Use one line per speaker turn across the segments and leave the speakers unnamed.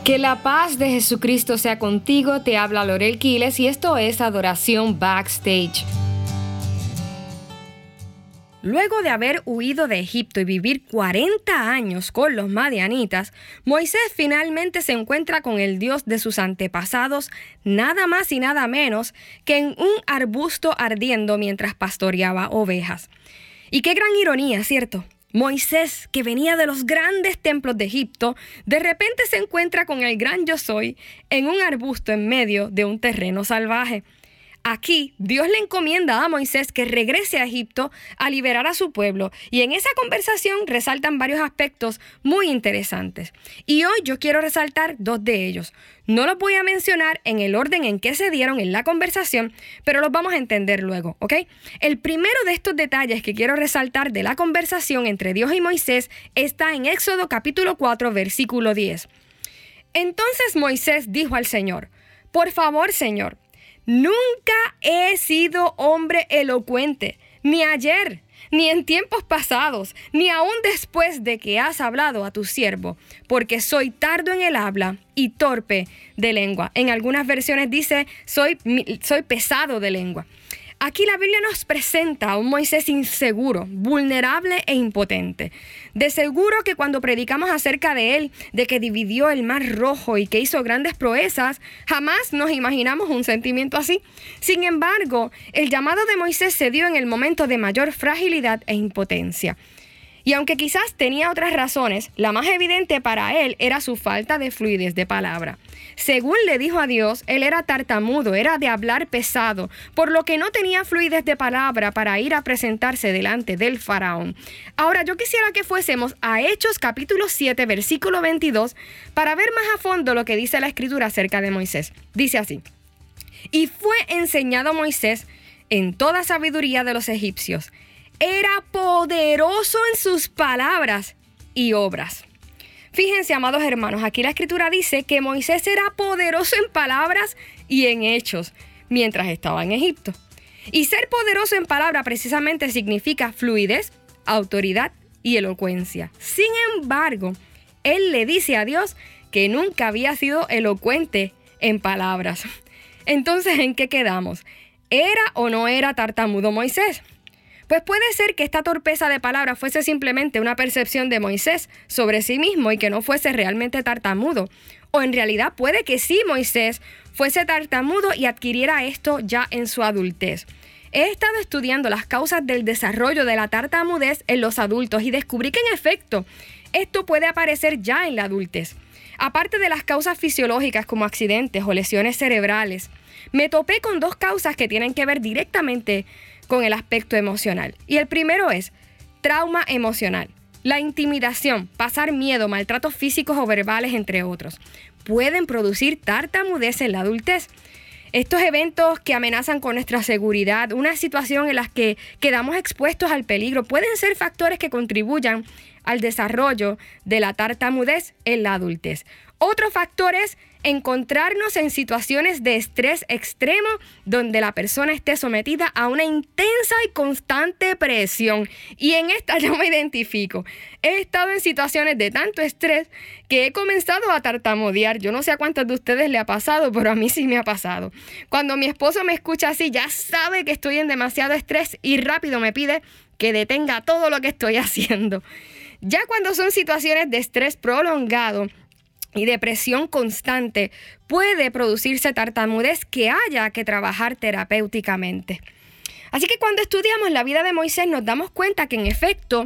Que la paz de Jesucristo sea contigo, te habla Lorel Quiles y esto es Adoración Backstage. Luego de haber huido de Egipto y vivir 40 años con los madianitas, Moisés finalmente se encuentra con el Dios de sus antepasados, nada más y nada menos que en un arbusto ardiendo mientras pastoreaba ovejas. Y qué gran ironía, ¿cierto? Moisés, que venía de los grandes templos de Egipto, de repente se encuentra con el gran Yo Soy en un arbusto en medio de un terreno salvaje. Aquí, Dios le encomienda a Moisés que regrese a Egipto a liberar a su pueblo, y en esa conversación resaltan varios aspectos muy interesantes. Y hoy yo quiero resaltar dos de ellos. No los voy a mencionar en el orden en que se dieron en la conversación, pero los vamos a entender luego, ¿ok? El primero de estos detalles que quiero resaltar de la conversación entre Dios y Moisés está en Éxodo capítulo 4, versículo 10. Entonces Moisés dijo al Señor: «Por favor, Señor, nunca he sido hombre elocuente, ni ayer, ni en tiempos pasados, ni aún después de que has hablado a tu siervo, porque soy tardo en el habla y torpe de lengua». En algunas versiones dice, soy pesado de lengua. Aquí la Biblia nos presenta a un Moisés inseguro, vulnerable e impotente. De seguro que cuando predicamos acerca de él, de que dividió el mar rojo y que hizo grandes proezas, jamás nos imaginamos un sentimiento así. Sin embargo, el llamado de Moisés se dio en el momento de mayor fragilidad e impotencia. Y aunque quizás tenía otras razones, la más evidente para él era su falta de fluidez de palabra. Según le dijo a Dios, él era tartamudo, era de hablar pesado, por lo que no tenía fluidez de palabra para ir a presentarse delante del faraón. Ahora, yo quisiera que fuésemos a Hechos capítulo 7, versículo 22, para ver más a fondo lo que dice la Escritura acerca de Moisés. Dice así: «Y fue enseñado a Moisés en toda sabiduría de los egipcios. Era poderoso en sus palabras y obras». Fíjense, amados hermanos, aquí la Escritura dice que Moisés era poderoso en palabras y en hechos mientras estaba en Egipto. Y ser poderoso en palabra precisamente significa fluidez, autoridad y elocuencia. Sin embargo, él le dice a Dios que nunca había sido elocuente en palabras. Entonces, ¿en qué quedamos? ¿Era o no era tartamudo Moisés? Pues puede ser que esta torpeza de palabras fuese simplemente una percepción de Moisés sobre sí mismo y que no fuese realmente tartamudo. O en realidad puede que sí Moisés fuese tartamudo y adquiriera esto ya en su adultez. He estado estudiando las causas del desarrollo de la tartamudez en los adultos y descubrí que en efecto esto puede aparecer ya en la adultez. Aparte de las causas fisiológicas como accidentes o lesiones cerebrales, me topé con dos causas que tienen que ver directamente con el aspecto emocional. Y el primero es trauma emocional. La intimidación, pasar miedo, maltratos físicos o verbales, entre otros, pueden producir tartamudez en la adultez. Estos eventos que amenazan con nuestra seguridad, una situación en la que quedamos expuestos al peligro, pueden ser factores que contribuyan al desarrollo de la tartamudez en la adultez. Otro factor es encontrarnos en situaciones de estrés extremo donde la persona esté sometida a una intensa y constante presión. Y en esta yo me identifico. He estado en situaciones de tanto estrés que he comenzado a tartamudear. Yo no sé a cuántos de ustedes le ha pasado, pero a mí sí me ha pasado. Cuando mi esposo me escucha así, ya sabe que estoy en demasiado estrés y rápido me pide que detenga todo lo que estoy haciendo. Ya cuando son situaciones de estrés prolongado y depresión constante, puede producirse tartamudez que haya que trabajar terapéuticamente. Así que cuando estudiamos la vida de Moisés nos damos cuenta que en efecto,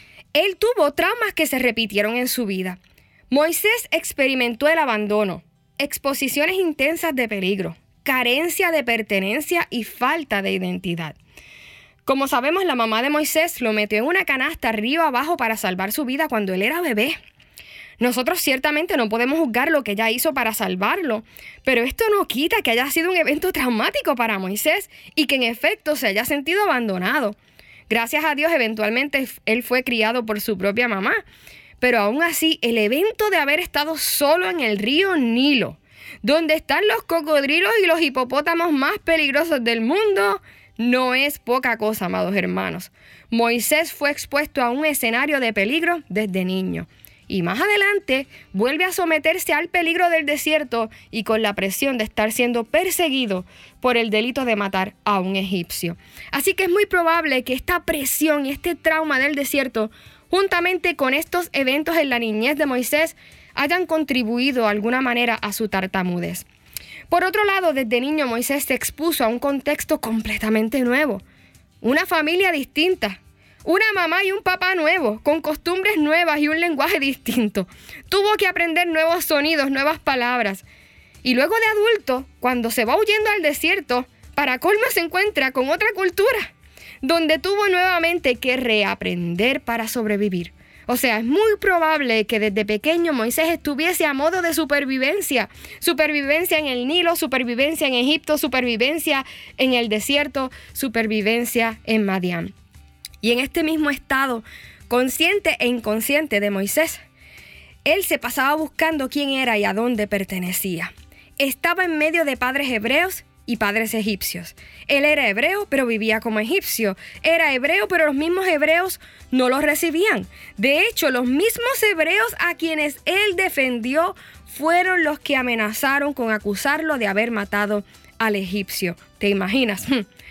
él tuvo traumas que se repitieron en su vida. Moisés experimentó el abandono, exposiciones intensas de peligro, carencia de pertenencia y falta de identidad. Como sabemos, la mamá de Moisés lo metió en una canasta río abajo para salvar su vida cuando él era bebé. Nosotros ciertamente no podemos juzgar lo que ella hizo para salvarlo, pero esto no quita que haya sido un evento traumático para Moisés y que en efecto se haya sentido abandonado. Gracias a Dios, eventualmente él fue criado por su propia mamá, pero aún así el evento de haber estado solo en el río Nilo, donde están los cocodrilos y los hipopótamos más peligrosos del mundo, no es poca cosa, amados hermanos. Moisés fue expuesto a un escenario de peligro desde niño. y más adelante vuelve a someterse al peligro del desierto y con la presión de estar siendo perseguido por el delito de matar a un egipcio. Así que es muy probable que esta presión y este trauma del desierto, juntamente con estos eventos en la niñez de Moisés, hayan contribuido de alguna manera a su tartamudez. Por otro lado, desde niño Moisés se expuso a un contexto completamente nuevo, una familia distinta, una mamá y un papá nuevos, con costumbres nuevas y un lenguaje distinto. Tuvo que aprender nuevos sonidos, nuevas palabras. Y luego de adulto, cuando se va huyendo al desierto, para colmo se encuentra con otra cultura, donde tuvo nuevamente que reaprender para sobrevivir. O sea, es muy probable que desde pequeño Moisés estuviese a modo de supervivencia. Supervivencia en el Nilo, supervivencia en Egipto, supervivencia en el desierto, supervivencia en Madián. Y en este mismo estado, consciente e inconsciente de Moisés, él se pasaba buscando quién era y a dónde pertenecía. Estaba en medio de padres hebreos y padres egipcios. Él era hebreo, pero vivía como egipcio. Era hebreo, pero los mismos hebreos no lo recibían. De hecho, los mismos hebreos a quienes él defendió fueron los que amenazaron con acusarlo de haber matado al egipcio. ¿Te imaginas?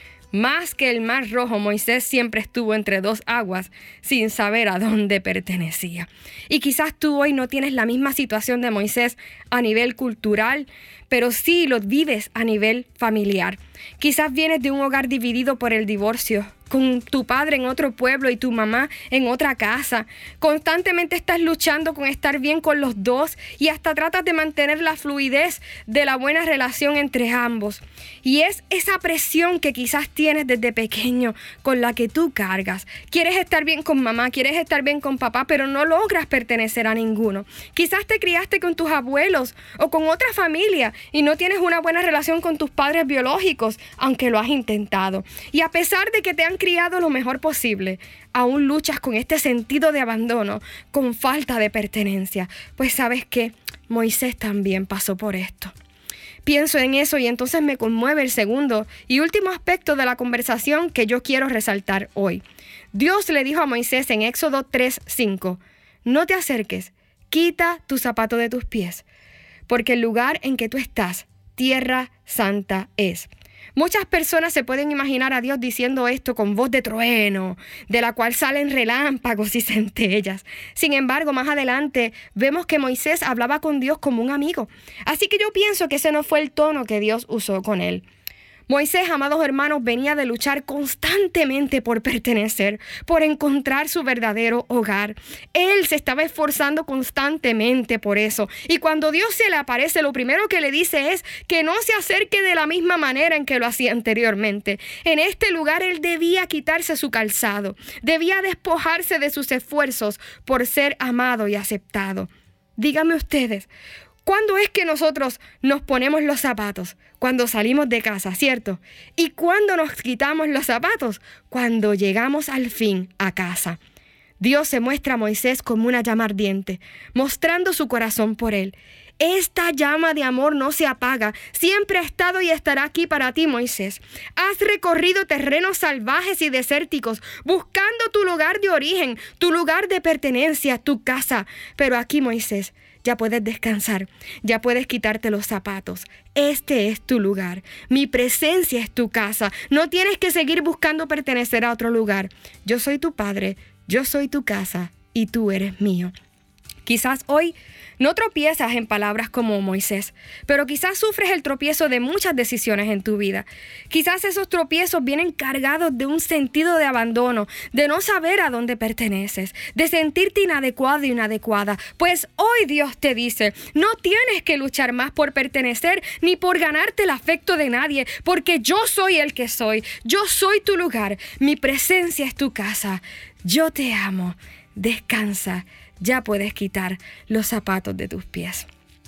Más que el Mar Rojo, Moisés siempre estuvo entre dos aguas sin saber a dónde pertenecía. Y quizás tú hoy no tienes la misma situación de Moisés a nivel cultural, pero sí lo vives a nivel familiar. Quizás vienes de un hogar dividido por el divorcio, con tu padre en otro pueblo y tu mamá en otra casa. Constantemente estás luchando con estar bien con los dos y hasta tratas de mantener la fluidez de la buena relación entre ambos. Y es esa presión que quizás tienes desde pequeño con la que tú cargas. Quieres estar bien con mamá, quieres estar bien con papá, pero no logras pertenecer a ninguno. Quizás te criaste con tus abuelos o con otra familia y no tienes una buena relación con tus padres biológicos, aunque lo has intentado. Y a pesar de que te han criado lo mejor posible, aún luchas con este sentido de abandono, con falta de pertenencia. Pues ¿sabes qué? Moisés también pasó por esto. Pienso en eso y entonces me conmueve el segundo y último aspecto de la conversación que yo quiero resaltar hoy. Dios le dijo a Moisés en Éxodo 3:5, no te acerques, quita tu zapato de tus pies, porque el lugar en que tú estás, tierra santa es. Muchas personas se pueden imaginar a Dios diciendo esto con voz de trueno, de la cual salen relámpagos y centellas. Sin embargo, más adelante vemos que Moisés hablaba con Dios como un amigo. Así que yo pienso que ese no fue el tono que Dios usó con él. Moisés, amados hermanos, venía de luchar constantemente por pertenecer, por encontrar su verdadero hogar. Él se estaba esforzando constantemente por eso. Y cuando Dios se le aparece, lo primero que le dice es que no se acerque de la misma manera en que lo hacía anteriormente. En este lugar él debía quitarse su calzado, debía despojarse de sus esfuerzos por ser amado y aceptado. Díganme ustedes, ¿cuándo es que nosotros nos ponemos los zapatos? Cuando salimos de casa, ¿cierto? ¿Y cuándo nos quitamos los zapatos? Cuando llegamos al fin a casa. Dios se muestra a Moisés como una llama ardiente, mostrando su corazón por él. Esta llama de amor no se apaga, siempre ha estado y estará aquí para ti, Moisés. Has recorrido terrenos salvajes y desérticos, buscando tu lugar de origen, tu lugar de pertenencia, tu casa. Pero aquí, Moisés, ya puedes descansar, ya puedes quitarte los zapatos. Este es tu lugar, mi presencia es tu casa. No tienes que seguir buscando pertenecer a otro lugar. Yo soy tu padre, yo soy tu casa y tú eres mío. Quizás hoy no tropiezas en palabras como Moisés, pero quizás sufres el tropiezo de muchas decisiones en tu vida. Quizás esos tropiezos vienen cargados de un sentido de abandono, de no saber a dónde perteneces, de sentirte inadecuado y inadecuada. Pues hoy Dios te dice, no tienes que luchar más por pertenecer ni por ganarte el afecto de nadie, porque yo soy el que soy, yo soy tu lugar, mi presencia es tu casa, yo te amo, descansa. Ya puedes quitar los zapatos de tus pies.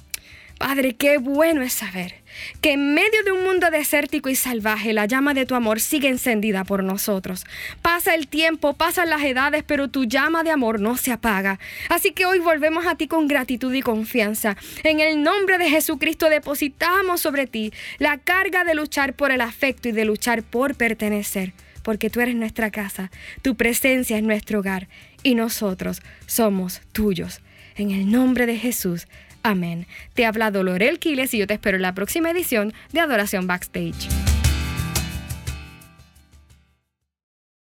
Padre, qué bueno es saber que en medio de un mundo desértico y salvaje, la llama de tu amor sigue encendida por nosotros. Pasa el tiempo, pasan las edades, pero tu llama de amor no se apaga. Así que hoy volvemos a ti con gratitud y confianza. En el nombre de Jesucristo depositamos sobre ti la carga de luchar por el afecto y de luchar por pertenecer. Porque tú eres nuestra casa, tu presencia es nuestro hogar y nosotros somos tuyos. en el nombre de Jesús. Amén. Te ha hablado Lorel Quiles y yo te espero en la próxima edición de Adoración Backstage.